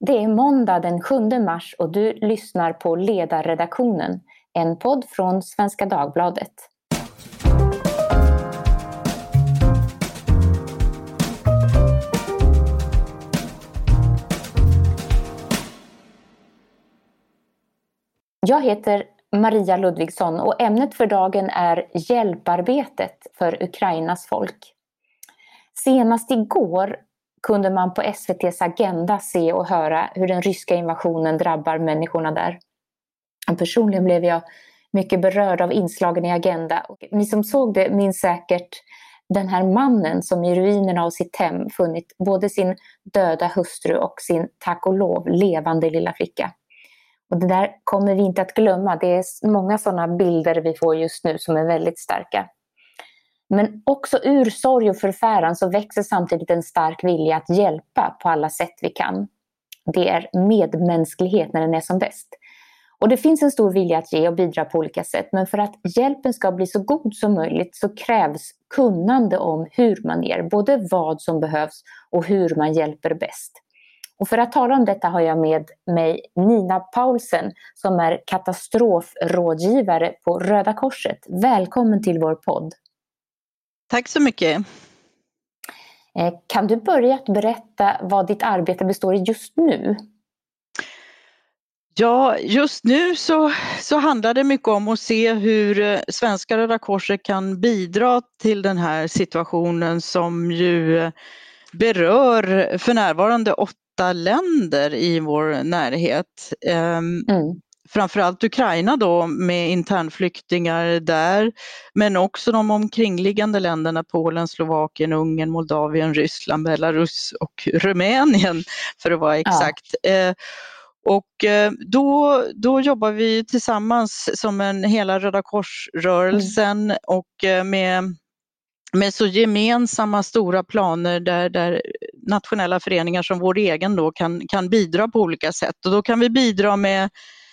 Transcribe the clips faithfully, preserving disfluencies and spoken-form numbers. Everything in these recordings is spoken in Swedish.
Det är måndag den sjunde mars och du lyssnar på Ledarredaktionen, en podd från Svenska Dagbladet. Jag heter Maria Ludvigsson och ämnet för dagen är hjälparbetet för Ukrainas folk. Senast igår kunde man på S V T:s Agenda se och höra hur den ryska invasionen drabbar människorna där. Personligen blev jag mycket berörd av inslagen i Agenda. Och ni som såg det minns säkert den här mannen som i ruinerna av sitt hem funnit både sin döda hustru och sin tack och lov levande lilla flicka. Och det där kommer vi inte att glömma. Det är många sådana bilder vi får just nu som är väldigt starka. Men också ur sorg och förfäran så växer samtidigt en stark vilja att hjälpa på alla sätt vi kan. Det är medmänsklighet när den är som bäst. Och det finns en stor vilja att ge och bidra på olika sätt. Men för att hjälpen ska bli så god som möjligt så krävs kunnande om hur man ger. Både vad som behövs och hur man hjälper bäst. Och för att tala om detta har jag med mig Nina Paulsen som är katastrofrådgivare på Röda Korset. Välkommen till vår podd. Tack så mycket. Kan du börja att berätta vad ditt arbete består i just nu? Ja, just nu så, så handlar det mycket om att se hur Svenska Röda Korset kan bidra till den här situationen som ju berör för närvarande åtta länder i vår närhet. Mm. Framförallt Ukraina då med internflyktingar där, men också de omkringliggande länderna Polen, Slovakien, Ungern, Moldavien, Ryssland, Belarus och Rumänien för att vara exakt. Ja. Och då, då jobbar vi tillsammans som en hela Röda Korsrörelsen mm. och med med så gemensamma stora planer där, där nationella föreningar som vår egen då kan, kan bidra på olika sätt. Och då kan vi bidra med,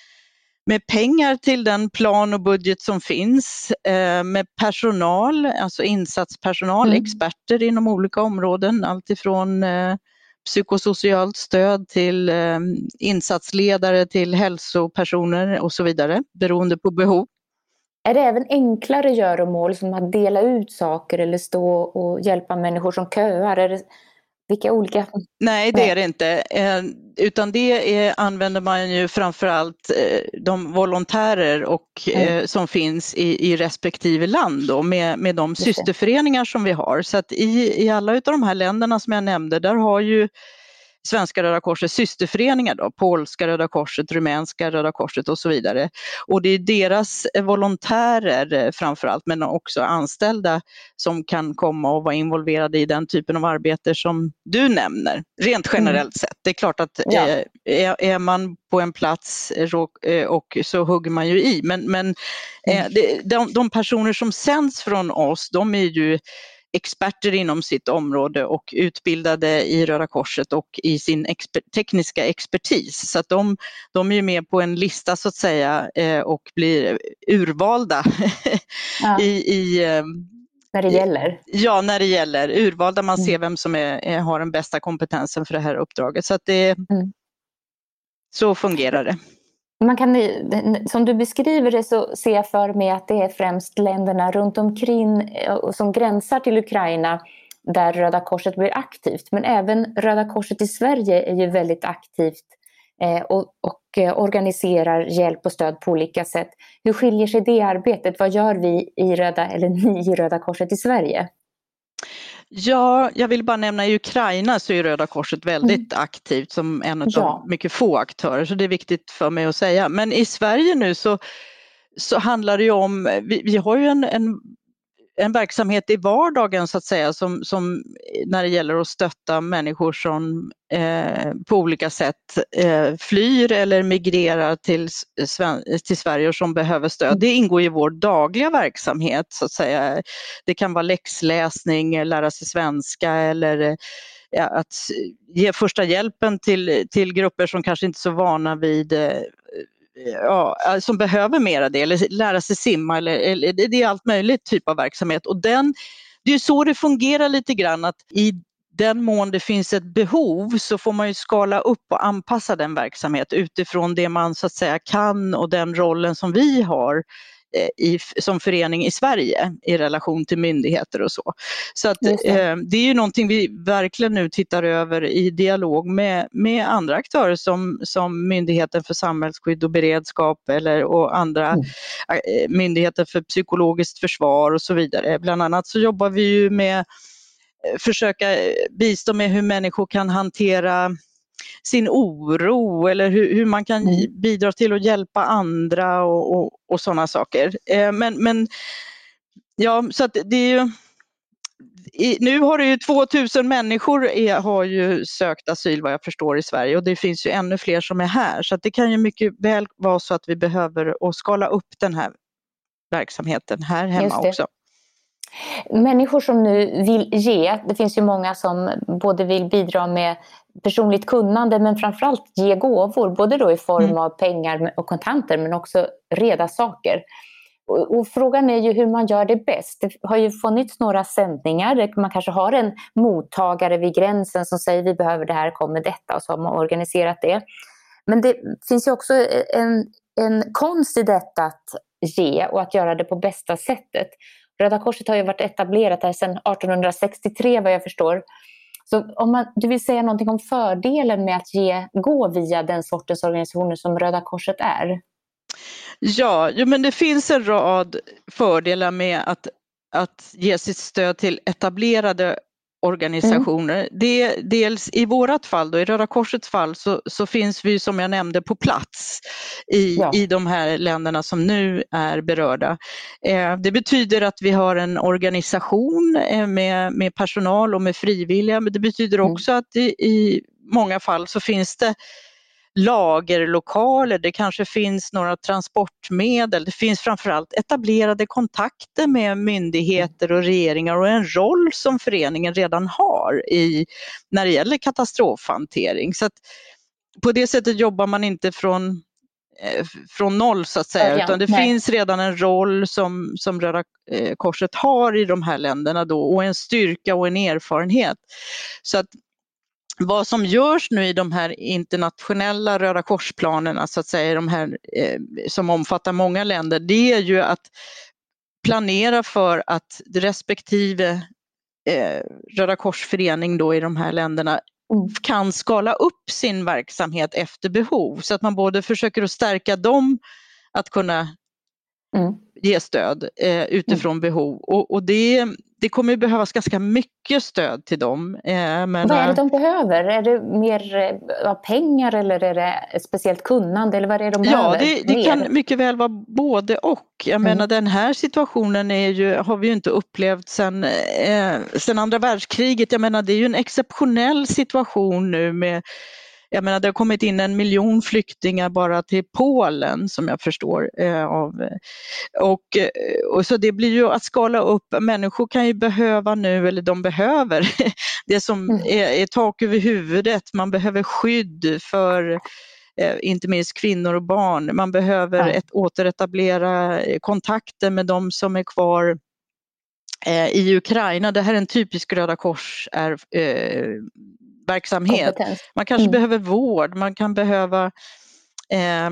med pengar till den plan och budget som finns, eh, med personal, alltså insatspersonal, mm. experter inom olika områden, allt ifrån eh, psykosocialt stöd till eh, insatsledare till hälsopersoner och så vidare, beroende på behov. Är det även enklare göromål som att dela ut saker eller stå och hjälpa människor som köar? Är det, vilka olika? Nej, det är det inte. Eh, utan det är, använder man ju framförallt eh, de volontärer och, mm. eh, som finns i, i respektive land då, med, med de systerföreningar som vi har. Så att i, i alla utav de här länderna som jag nämnde, där har ju Svenska Röda Korset systerföreningar då, polska Röda Korset, rumänska Röda Korset och så vidare. Och det är deras volontärer framförallt, men också anställda som kan komma och vara involverade i den typen av arbete som du nämner, rent generellt mm. sett. Det är klart att ja. är, är man på en plats och så hugger man ju i, men, men mm. de, de personer som sänds från oss, de är ju experter inom sitt område och utbildade i Röda Korset och i sin exper- tekniska expertis. Så att de, de är ju med på en lista så att säga eh, och blir urvalda ja. i, i eh, när det gäller. Ja, när det gäller. Urvalda, man ser vem som är, är, har den bästa kompetensen för det här uppdraget. Så att det, mm. så fungerar det. Man kan, som du beskriver det så ser jag för mig att det är främst länderna runt omkring som gränsar till Ukraina där Röda Korset blir aktivt. Men även Röda Korset i Sverige är ju väldigt aktivt och, och organiserar hjälp och stöd på olika sätt. Hur skiljer sig det arbetet? Vad gör vi i Röda, eller ni i Röda Korset i Sverige? Ja, jag vill bara nämna i Ukraina så är Röda Korset väldigt mm. aktivt som en av ja. mycket få aktörer, så det är viktigt för mig att säga. Men i Sverige nu så, så handlar det ju om, vi, vi har ju en, en, en verksamhet i vardagen så att säga som, som när det gäller att stötta människor som eh, på olika sätt eh, flyr eller migrerar till, till Sverige och som behöver stöd. Det ingår i vår dagliga verksamhet så att säga. Det kan vara läxläsning, lära sig svenska eller ja, att ge första hjälpen till, till grupper som kanske inte är så vana vid ja, som behöver mera det eller lära sig simma eller, eller det är allt möjligt typ av verksamhet och den, det är så det fungerar lite grann att i den mån det finns ett behov så får man ju skala upp och anpassa den verksamhet utifrån det man så att säga kan och den rollen som vi har i, som förening i Sverige i relation till myndigheter och så. Så att det. Eh, det är ju någonting vi verkligen nu tittar över i dialog med, med andra aktörer som, som Myndigheten för samhällsskydd och beredskap eller, och andra mm. eh, myndigheter för psykologiskt försvar och så vidare. Bland annat så jobbar vi ju med försöka bistå med hur människor kan hantera sin oro eller hur, hur man kan mm. bidra till att hjälpa andra och, och, och sådana saker. Eh, men, men ja, så att det är ju i, nu har det ju tvåtusen människor är, har ju sökt asyl vad jag förstår i Sverige och det finns ju ännu fler som är här så att det kan ju mycket väl vara så att vi behöver att skala upp den här verksamheten här hemma också. Människor som nu vill ge, det finns ju många som både vill bidra med personligt kunnande men framförallt ge gåvor, både då i form mm. av pengar och kontanter men också reda saker. Och, och frågan är ju hur man gör det bäst. Det har ju funnits några sändningar där man kanske har en mottagare vid gränsen som säger vi behöver det här, kommer detta och så har man organiserat det. Men det finns ju också en, en konst i detta att ge och att göra det på bästa sättet. Röda Korset har ju varit etablerat här sedan arton sextiotre vad jag förstår. Så om man, du vill säga någonting om fördelen med att ge, gå via den sortens organisationer som Röda Korset är? Ja, jo, men det finns en rad fördelar med att, att ge sitt stöd till etablerade organisationer. Mm. Det, dels i vårat fall, då, i Röda Korsets fall, så, så finns vi som jag nämnde på plats i, ja. i de här länderna som nu är berörda. Eh, det betyder att vi har en organisation eh, med, med personal och med frivilliga, men det betyder också mm. att i, i många fall så finns det lagerlokaler, det kanske finns några transportmedel, det finns framförallt etablerade kontakter med myndigheter och regeringar och en roll som föreningen redan har i, när det gäller katastrofhantering. Så att på det sättet jobbar man inte från, eh, från noll så att säga, ja, utan det nej. finns redan en roll som, som Röda Korset har i de här länderna då och en styrka och en erfarenhet. Så att vad som görs nu i de här internationella Röda korsplanerna så att säga, de här eh, som omfattar många länder, det är ju att planera för att respektive eh, Röda korsförening då i de här länderna mm. kan skala upp sin verksamhet efter behov så att man både försöker att stärka dem att kunna mm. ge stöd eh, utifrån mm. behov och, och det Det kommer ju behövas ganska mycket stöd till dem. Eh, men, vad är det de behöver? Är det mer eh, pengar eller är det speciellt kunnande? Eller vad är det de ja, behöver? det, det kan mycket väl vara både och. Jag mm. menar den här situationen är ju, har vi ju inte upplevt sedan, eh, sedan andra världskriget. Jag menar det är ju en exceptionell situation nu med Jag menar det har kommit in en miljon flyktingar bara till Polen som jag förstår. Eh, av, och, och så det blir ju att skala upp, människor kan ju behöva nu, eller de behöver det som mm. är, är tak över huvudet, man behöver skydd för eh, inte minst kvinnor och barn, man behöver mm. ett, återetablera kontakter med de som är kvar eh, i Ukraina. Det här är en typisk Röda Kors är, eh, verksamhet. Kompetens. Man kanske mm. behöver vård, man kan behöva eh,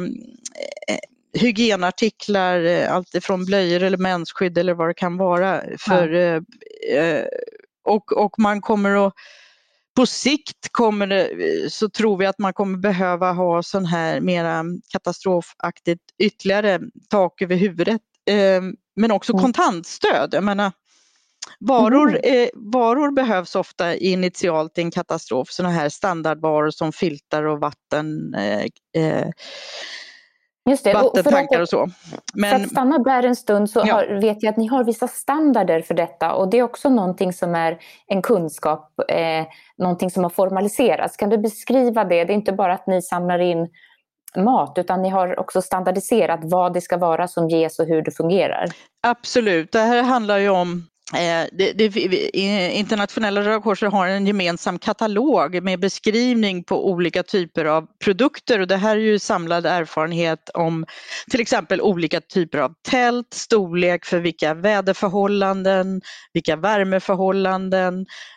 hygienartiklar, allt ifrån blöjor eller mensskydd eller vad det kan vara. För, ja. eh, och, och man kommer att, på sikt kommer det, så tror vi att man kommer behöva ha sån här mera katastrofaktigt ytterligare tak över huvudet. Eh, men också mm. kontantstöd. Jag menar, Varor, mm. eh, varor behövs ofta initialt i en katastrof, sådana här standardvaror som filtar och vatten, eh, eh, Just det. vattentankar och, och så. Men, för att stanna där en stund så har, ja. vet jag att ni har vissa standarder för detta och det är också någonting som är en kunskap, eh, någonting som har formaliserats. Kan du beskriva det? Det är inte bara att ni samlar in mat utan ni har också standardiserat vad det ska vara som ges och hur det fungerar. Absolut, det här handlar ju om Eh, det, det, internationella Röda Korset har en gemensam katalog med beskrivning på olika typer av produkter och det här är ju samlad erfarenhet om till exempel olika typer av tält, storlek för vilka väderförhållanden, vilka värmeförhållanden,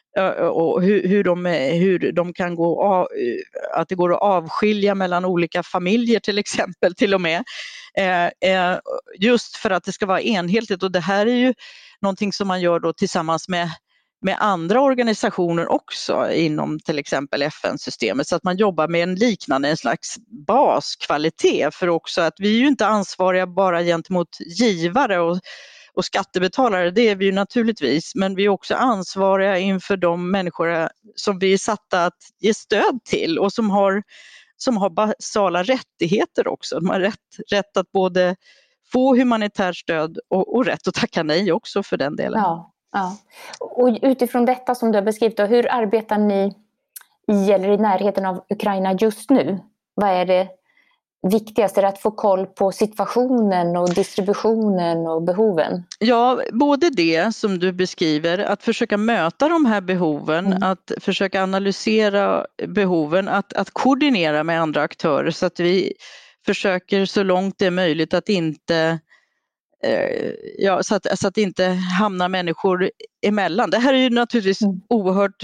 och hur, hur, de, hur de kan gå av, att det går att avskilja mellan olika familjer till exempel till och med. Eh, just för att det ska vara enhetligt, och det här är ju någonting som man gör då tillsammans med med andra organisationer också inom till exempel F N-systemet, så att man jobbar med en liknande en slags baskvalitet, för också att vi är ju inte ansvariga bara gentemot givare och, och skattebetalare, det är vi ju naturligtvis, men vi är också ansvariga inför de människor som vi är satta att ge stöd till och som har, som har basala rättigheter också. De har rätt, rätt att både få humanitärt stöd och, och rätt att tacka nej också för den delen. Ja. Ja. Och utifrån detta som du har beskrivit, då, hur arbetar ni i eller i närheten av Ukraina just nu? Vad är det viktigaste? Är det att få koll på situationen och distributionen och behoven? Ja, både det som du beskriver, att försöka möta de här behoven, mm. att försöka analysera behoven, att, att koordinera med andra aktörer så att vi försöker så långt det är möjligt att inte Ja, så att, så att inte hamnar människor emellan. Det här är ju naturligtvis mm. oerhört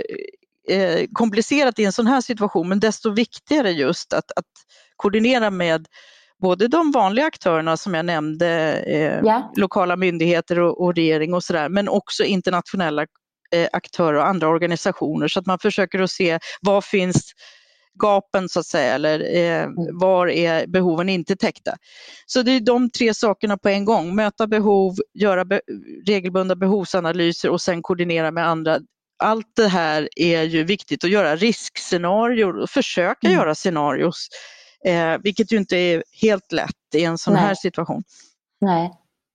eh, komplicerat i en sån här situation, men desto viktigare just att, att koordinera med både de vanliga aktörerna som jag nämnde, eh, ja. lokala myndigheter och, och regering och sådär, men också internationella eh, aktörer och andra organisationer, så att man försöker att se vad finns gapen så att säga, eller eh, var är behoven inte täckta. Så det är de tre sakerna på en gång: möta behov, göra be- regelbundna behovsanalyser och sen koordinera med andra. Allt det här är ju viktigt, att göra riskscenarier och försöka mm. göra scenarios, eh, vilket ju inte är helt lätt i en sån Nej. här situation. Nej.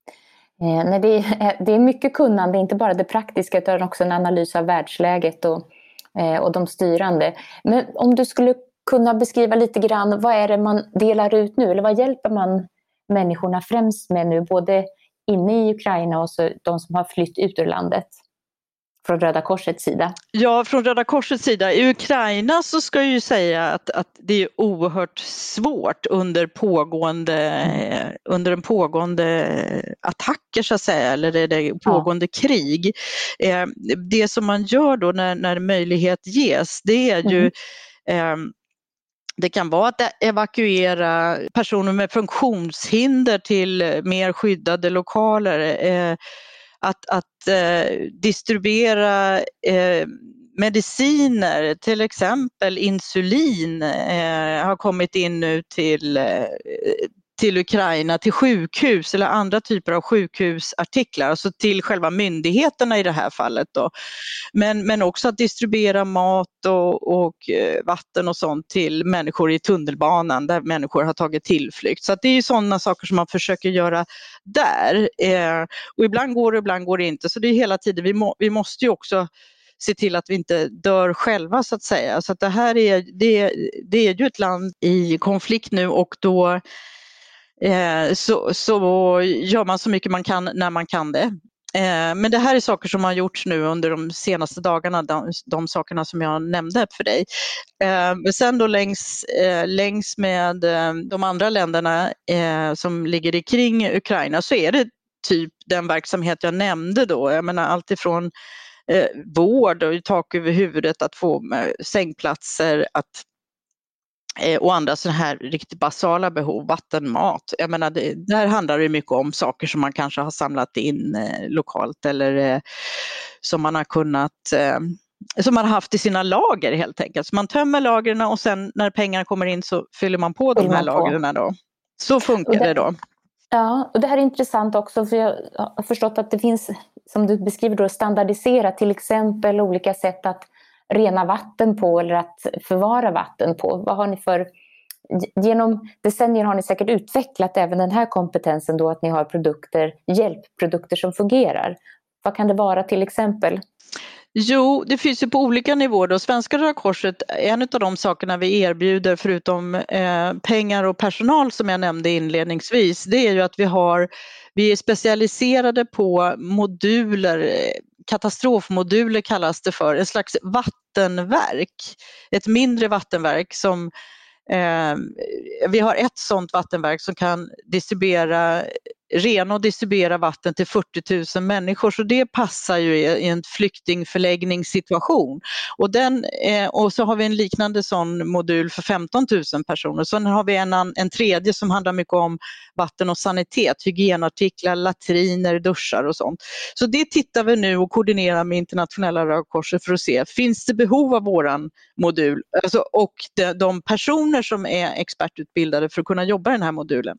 Eh, nej, det är, det är mycket kunnande, inte bara det praktiska utan också en analys av världsläget och och de styrande. Men om du skulle kunna beskriva lite grann, vad är det man delar ut nu, eller vad hjälper man människorna främst med nu, både inne i Ukraina och så de som har flytt ut ur landet från Röda Korsets sida? Ja, från Röda Korsets sida. I Ukraina så ska jag ju säga att, att det är oerhört svårt under pågående mm. under en pågående attacker så att säga, eller det, det pågående ja. krig. Eh, det som man gör då när, när möjlighet ges, det är mm. ju eh, det kan vara att evakuera personer med funktionshinder till mer skyddade lokaler, eh, att, att eh, distribuera eh, mediciner, till exempel insulin eh, har kommit in nu till, eh, till Ukraina, till sjukhus eller andra typer av sjukhusartiklar, alltså till själva myndigheterna i det här fallet då. Men, men också att distribuera mat och, och vatten och sånt till människor i tunnelbanan där människor har tagit tillflykt. Så att det är ju sådana saker som man försöker göra där. Eh, och ibland går det, ibland går det inte. Så det är hela tiden, vi, må, vi måste ju också se till att vi inte dör själva så att säga. Så att det här är, det, det är ju ett land i konflikt nu, och då eh, så, så gör man så mycket man kan när man kan det. Eh, men det här är saker som har gjorts nu under de senaste dagarna, de, de sakerna som jag nämnde för dig. Eh, men sen då längs, eh, längs med eh, de andra länderna eh, som ligger i kring Ukraina, så är det typ den verksamhet jag nämnde då. Jag menar allt ifrån eh, vård och tak över huvudet, att få eh, sängplatser, att och andra sådana här riktigt basala behov, vatten, mat. Jag menar, det, där handlar det mycket om saker som man kanske har samlat in eh, lokalt, eller eh, som man har kunnat, eh, som man har haft i sina lager helt enkelt. Så man tömmer lagren och sen när pengarna kommer in så fyller man på fyller de här lagren då. Så funkar det, det då. Ja, och det här är intressant också, för jag har förstått att det finns, som du beskriver då, standardiserat till exempel olika sätt att rena vatten på eller att förvara vatten på. Vad har ni för, genom decennier har ni säkert utvecklat även den här kompetensen då, att ni har produkter, hjälpprodukter som fungerar. Vad kan det vara till exempel? Jo, det finns ju på olika nivåer då. Svenska Röda Korset, en av de sakerna vi erbjuder förutom eh, pengar och personal som jag nämnde inledningsvis, det är ju att vi har, vi är specialiserade på moduler, katastrofmoduler kallas det för, en slags vattenverk, ett mindre vattenverk som eh, vi har ett sådant vattenverk som kan distribuera rena och distribuera vatten till fyrtio tusen människor, så det passar ju i en flyktingförläggningssituation. Och, den, eh, och så har vi en liknande sån modul för femton tusen personer. Sen har vi en, en tredje som handlar mycket om vatten och sanitet, hygienartiklar, latriner, duschar och sånt. Så det tittar vi nu och koordinerar med Internationella Röda Korset för att se, finns det behov av våran modul? Alltså, och de, de personer som är expertutbildade för att kunna jobba i den här modulen.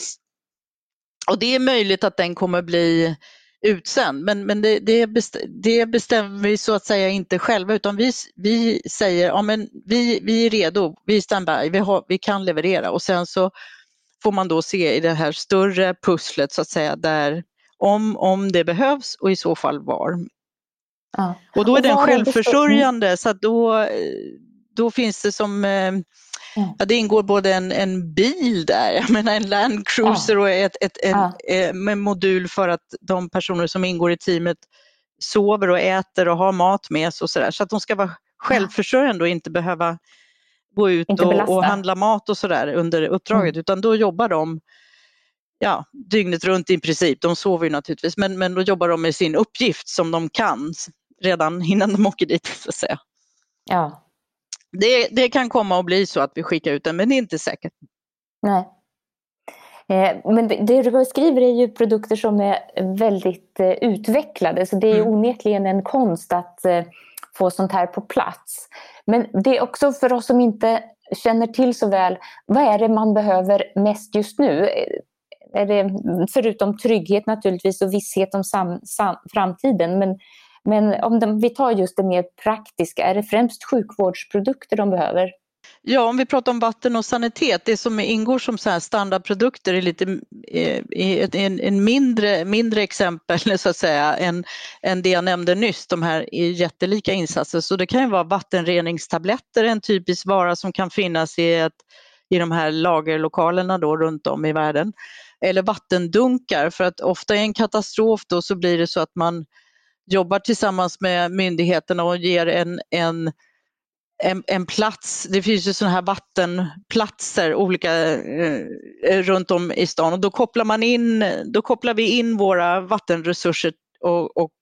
Och det är möjligt att den kommer bli utsänd, men, men det, det, bestäm, det bestämmer vi så att säga inte själva, utan vi, vi säger ja, men vi, vi är redo, vi är standby, vi, har, vi kan leverera, och sen så får man då se i det här större pusslet så att säga, där om, om det behövs och i så fall var. Ja. Och då är och den självförsörjande, mm. så att då, då finns det som, mm. ja, det ingår både en, en bil där, jag menar en Land Cruiser, ja. och ett, ett, en, ja. en modul för att de personer som ingår i teamet sover och äter och har mat med sig och sådär, så att de ska vara självförsörjande och inte behöva gå ut inte och, och handla mat och sådär under uppdraget, mm. utan då jobbar de ja, dygnet runt i princip. De sover ju naturligtvis, men, men då jobbar de med sin uppgift som de kan redan innan de åker dit, så att säga. Ja. Det, det kan komma att bli så att vi skickar ut den, men det är inte säkert. Nej. Eh, men det, det du skriver är ju produkter som är väldigt eh, utvecklade, så det är ju mm. onekligen en konst att eh, få sånt här på plats. Men det är också för oss som inte känner till så väl, vad är det man behöver mest just nu? Är det, förutom trygghet naturligtvis och visshet om sam, sam, framtiden, men, men om de, vi tar just det mer praktiska, är det främst sjukvårdsprodukter de behöver? Ja, om vi pratar om vatten och sanitet, det som ingår som så här standardprodukter är lite är en, en mindre, mindre exempel så att säga än, än det jag nämnde nyss, de här är jättelika insatser. Så det kan ju vara vattenreningstabletter, en typisk vara som kan finnas i, ett, i de här lagerlokalerna då runt om i världen. Eller vattendunkar, för att ofta i en katastrof då så blir det så att man jobbar tillsammans med myndigheterna och ger en, en En, en plats, det finns ju sådana här vattenplatser olika eh, runt om i stan, och då kopplar man in, då kopplar vi in våra vattenresurser och, och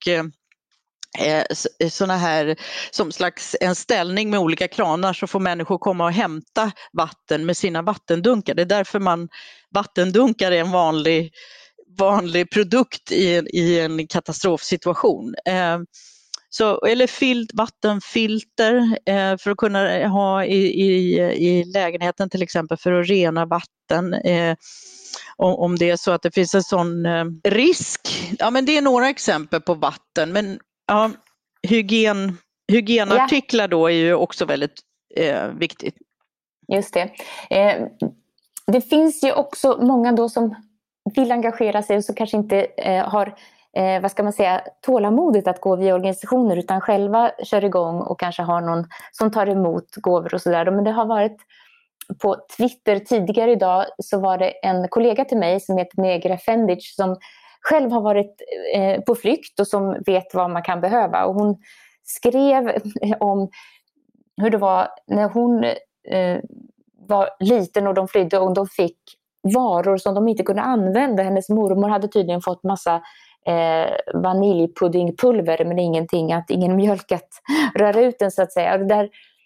eh, sådana här som slags en ställning med olika kranar, så får människor komma och hämta vatten med sina vattendunkar. Det är därför man vattendunkar är en vanlig, vanlig produkt i, i en katastrofsituation. Eh, Så, eller filt, vattenfilter eh, för att kunna ha i, i, i lägenheten till exempel för att rena vatten eh, om, om det är så att det finns en sån eh, risk. Ja, men det är några exempel på vatten, men ja, hygien, hygienartiklar ja. Då är ju också väldigt eh, viktigt. Just det. Eh, det finns ju också många då som vill engagera sig och som kanske inte eh, har Eh, vad ska man säga, tålamodigt att gå via organisationer, utan själva kör igång och kanske har någon som tar emot gåvor och sådär. Men det har varit på Twitter tidigare idag, så var det en kollega till mig som heter Negra Fendic som själv har varit eh, på flykt och som vet vad man kan behöva. Och hon skrev om hur det var när hon eh, var liten och de flydde och de fick varor som de inte kunde använda. Hennes mormor hade tydligen fått massa Eh, vaniljpuddingpulver, men ingenting att, ingen mjölk att röra ut den så att säga. Och det, där,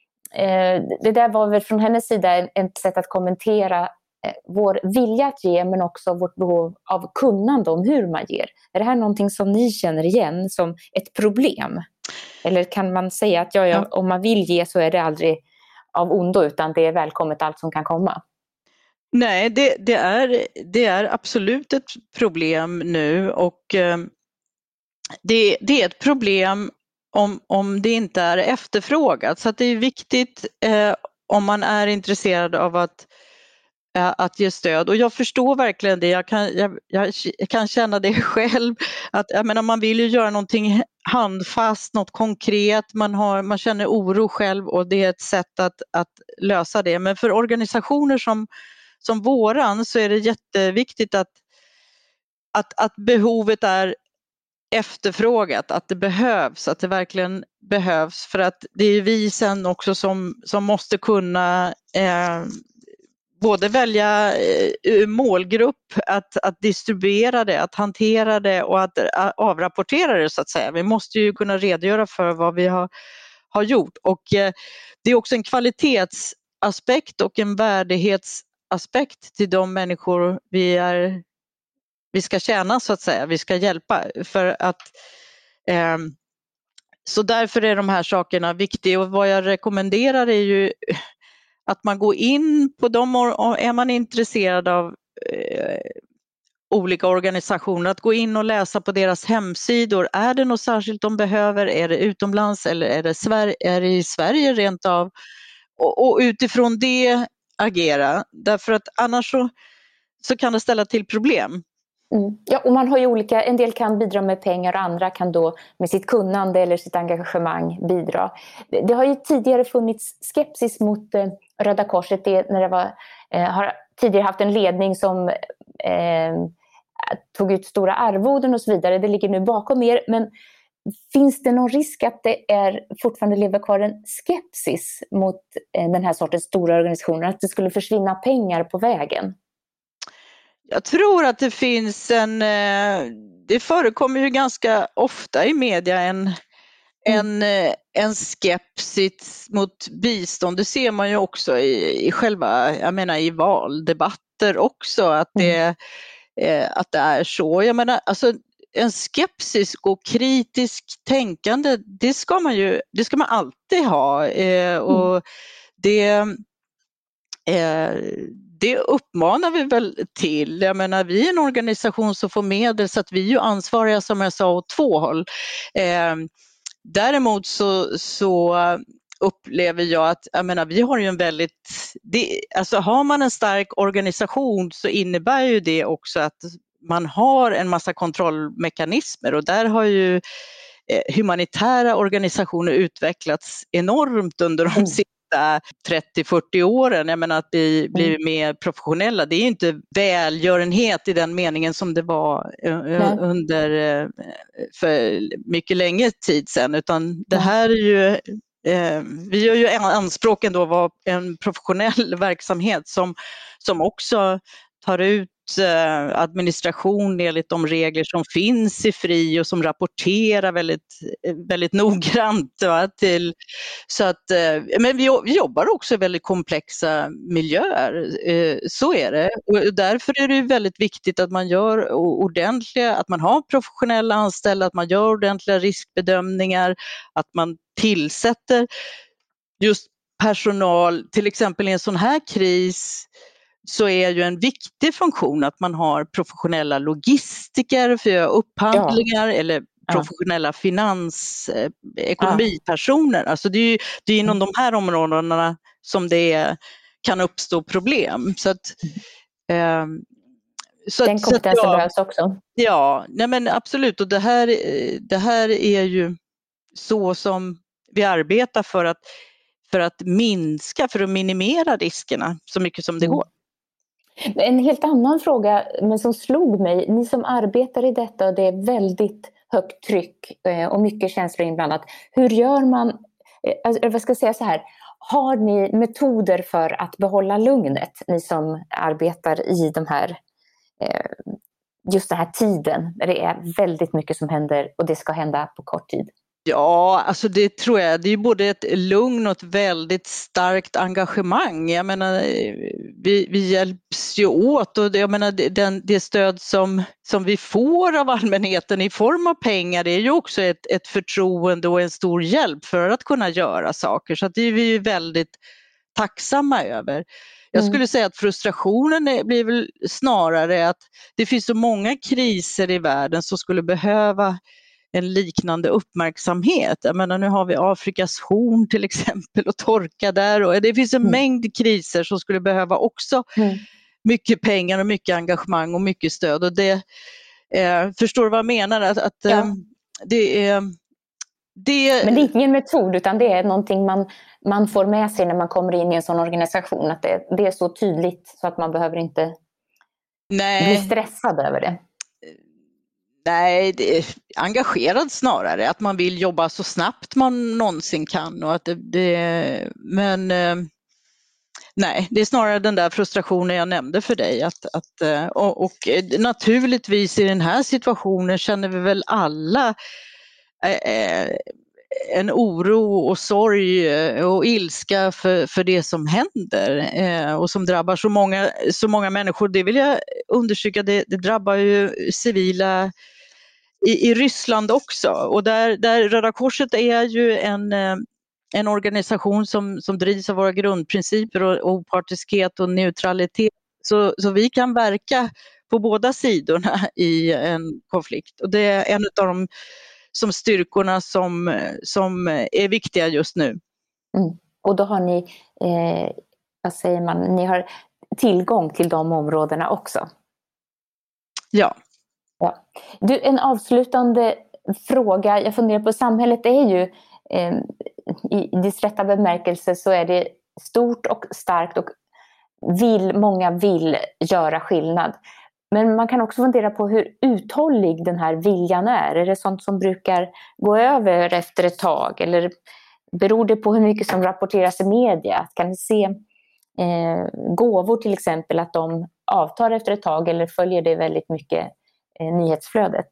eh, det där var väl från hennes sida ett sätt att kommentera eh, vår vilja att ge, men också vårt behov av kunnande om hur man ger. Är det här någonting som ni känner igen som ett problem? Eller kan man säga att ja, ja, om man vill ge så är det aldrig av ondo, utan det är välkommet allt som kan komma? Nej, det, det, är, det är absolut ett problem nu, och eh, det, det är ett problem om, om det inte är efterfrågat. Så att det är viktigt eh, om man är intresserad av att, eh, att ge stöd. Och jag förstår verkligen det, jag kan, jag, jag, jag kan känna det själv. Att, jag menar, man vill ju göra någonting handfast, något konkret, man, har, man känner oro själv och det är ett sätt att, att lösa det. Men för organisationer som Som våran så är det jätteviktigt att, att, att behovet är efterfrågat, att det behövs, att det verkligen behövs, för att det är vi sen också som, som måste kunna eh, både välja eh, målgrupp, att, att distribuera det, att hantera det och att uh, avrapportera det så att säga. Vi måste ju kunna redogöra för vad vi har, har gjort och eh, det är också en kvalitetsaspekt och en värdighetsaspekt till de människor vi, är, vi ska tjäna så att säga, vi ska hjälpa för att eh, så därför är de här sakerna viktiga och vad jag rekommenderar är ju att man går in på dem och är man intresserad av eh, olika organisationer, att gå in och läsa på deras hemsidor. Är det något särskilt de behöver? Är det utomlands eller är det, Sver- är det i Sverige rent av? Och, och utifrån det agera, därför att annars så, så kan det ställa till problem. Mm. Ja, och man har ju olika, en del kan bidra med pengar och andra kan då med sitt kunnande eller sitt engagemang bidra. Det, det har ju tidigare funnits skepsis mot eh, Röda Korset det, när det var, eh, har tidigare haft en ledning som eh, tog ut stora arvoden och så vidare. Det ligger nu bakom er, men finns det någon risk att det är fortfarande lever kvar en skepsis mot eh, den här sortens stora organisationer, att det skulle försvinna pengar på vägen? Jag tror att det finns en, det förekommer ju ganska ofta i media en, en, en skepsis mot bistånd. Det ser man ju också i, i själva, jag menar i valdebatter också, att det, mm. att det är så. Jag menar, alltså en skepsis och kritiskt tänkande, det ska man ju, det ska man alltid ha och mm. det Det uppmanar vi väl till. Jag menar, vi är en organisation som får medel så att vi är ju ansvariga som jag sa åt två håll. Eh, däremot så, så upplever jag att jag menar, vi har ju en väldigt, det, alltså har man en stark organisation så innebär ju det också att man har en massa kontrollmekanismer och där har ju eh, humanitära organisationer utvecklats enormt under de senaste trettio till fyrtio åren. Jag menar att vi blir mm. mer professionella. Det är ju inte välgörenhet i den meningen som det var Nej. under för mycket längre tid sedan, utan det här är ju eh, vi gör ju anspråk ändå att vara en professionell verksamhet som, som också tar ut administration enligt de regler som finns i F R I och som rapporterar väldigt, väldigt noggrant. Va, till, så att, men vi, vi jobbar också i väldigt komplexa miljöer, så är det. Och därför är det väldigt viktigt att man gör ordentliga, att man har professionella anställda, att man gör ordentliga riskbedömningar, att man tillsätter just personal, till exempel i en sån här kris så är ju en viktig funktion att man har professionella logistiker för att göra upphandlingar ja. eller professionella ja. finans, eh, ekonomipersoner. Ja. Alltså det är ju det är inom mm. de här områdena som det är, kan uppstå problem. Så att, eh, så Den kompetensen så att, ja, behövs också. Ja, nej men absolut. Och det här, det här är ju så som vi arbetar för att, för att minska, för att minimera riskerna så mycket som det mm. går. En helt annan fråga, men som slog mig. Ni som arbetar i detta och det är väldigt högt tryck och mycket känslor inblandat. Hur gör man, alltså, vad ska jag säga så här, har ni metoder för att behålla lugnet, ni som arbetar i de här, just den här tiden där det är väldigt mycket som händer och det ska hända på kort tid? Ja, alltså det tror jag. Det är både ett lugn och ett väldigt starkt engagemang. Jag menar, vi, vi hjälps ju åt och det, jag menar, den, det stöd som, som vi får av allmänheten i form av pengar, det är ju också ett, ett förtroende och en stor hjälp för att kunna göra saker. Så att det är vi ju väldigt tacksamma över. Jag skulle mm. säga att frustrationen är, blir väl snarare att det finns så många kriser i världen som skulle behöva en liknande uppmärksamhet. Jag menar, nu har vi Afrikas horn till exempel och torka där och det finns en mm. mängd kriser som skulle behöva också mm. mycket pengar och mycket engagemang och mycket stöd och det eh, förstår du vad jag menar? Att, att ja. eh, det är det... Men det är ingen metod utan det är någonting man, man får med sig när man kommer in i en sån organisation, att det, det är så tydligt så att man behöver inte Nej. bli stressad över det. Nej, det är engagerad snarare, att man vill jobba så snabbt man någonsin kan och att det, det men Nej, det är snarare den där frustrationen jag nämnde för dig. Att, att, och, och naturligtvis i den här situationen känner vi väl alla eh, en oro och sorg och ilska för, för det som händer eh, och som drabbar så många, så många människor. Det vill jag understryka, det, det drabbar ju civila i, i Ryssland också. Och där, där Röda Korset är ju en, en organisation som, som drivs av våra grundprinciper och opartiskhet och neutralitet. Så, så vi kan verka på båda sidorna i en konflikt. Och det är en av de som styrkorna som, som är viktiga just nu. Mm. Och då har ni, eh, vad säger man, ni har tillgång till de områdena också? Ja. Ja. Du, en avslutande fråga. Jag funderar på, samhället är ju eh, i dess rätta bemärkelse så är det stort och starkt och vill, många vill göra skillnad. Men man kan också fundera på hur uthållig den här viljan är. Är det sånt som brukar gå över efter ett tag? Eller beror det på hur mycket som rapporteras i media? Kan ni se eh, gåvor till exempel, att de avtar efter ett tag, eller följer det väldigt mycket eh, nyhetsflödet?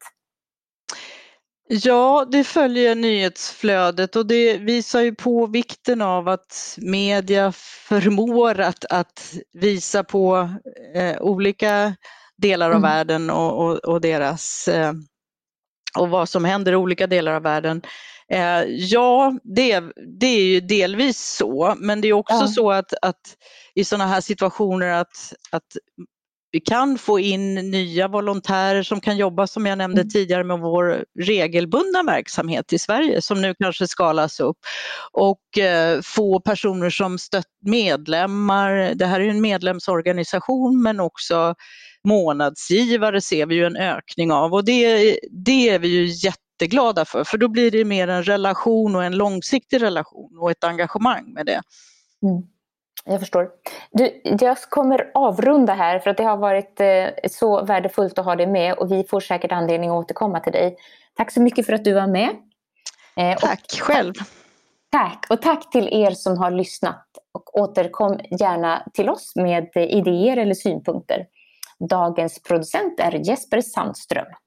Ja, det följer nyhetsflödet och det visar ju på vikten av att media förmår att, att visa på eh, olika delar av mm. världen och, och, och deras eh, och vad som händer i olika delar av världen. Eh, ja, det, det är ju delvis så, men det är också ja. så att, att i sådana här situationer att, att vi kan få in nya volontärer som kan jobba, som jag nämnde mm. tidigare, med vår regelbundna verksamhet i Sverige som nu kanske skalas upp, och eh, få personer som stött medlemmar. Det här är ju en medlemsorganisation, men också månadsgivare ser vi ju en ökning av, och det, det är vi ju jätteglada för, för då blir det mer en relation och en långsiktig relation och ett engagemang med det. Mm. Jag förstår. Du, jag kommer avrunda här för att det har varit eh, så värdefullt att ha dig med, och vi får säkert anledning att återkomma till dig. Tack så mycket för att du var med. Eh, tack och, själv. Tack, och tack till er som har lyssnat, och återkom gärna till oss med idéer eller synpunkter. Dagens producent är Jesper Sandström.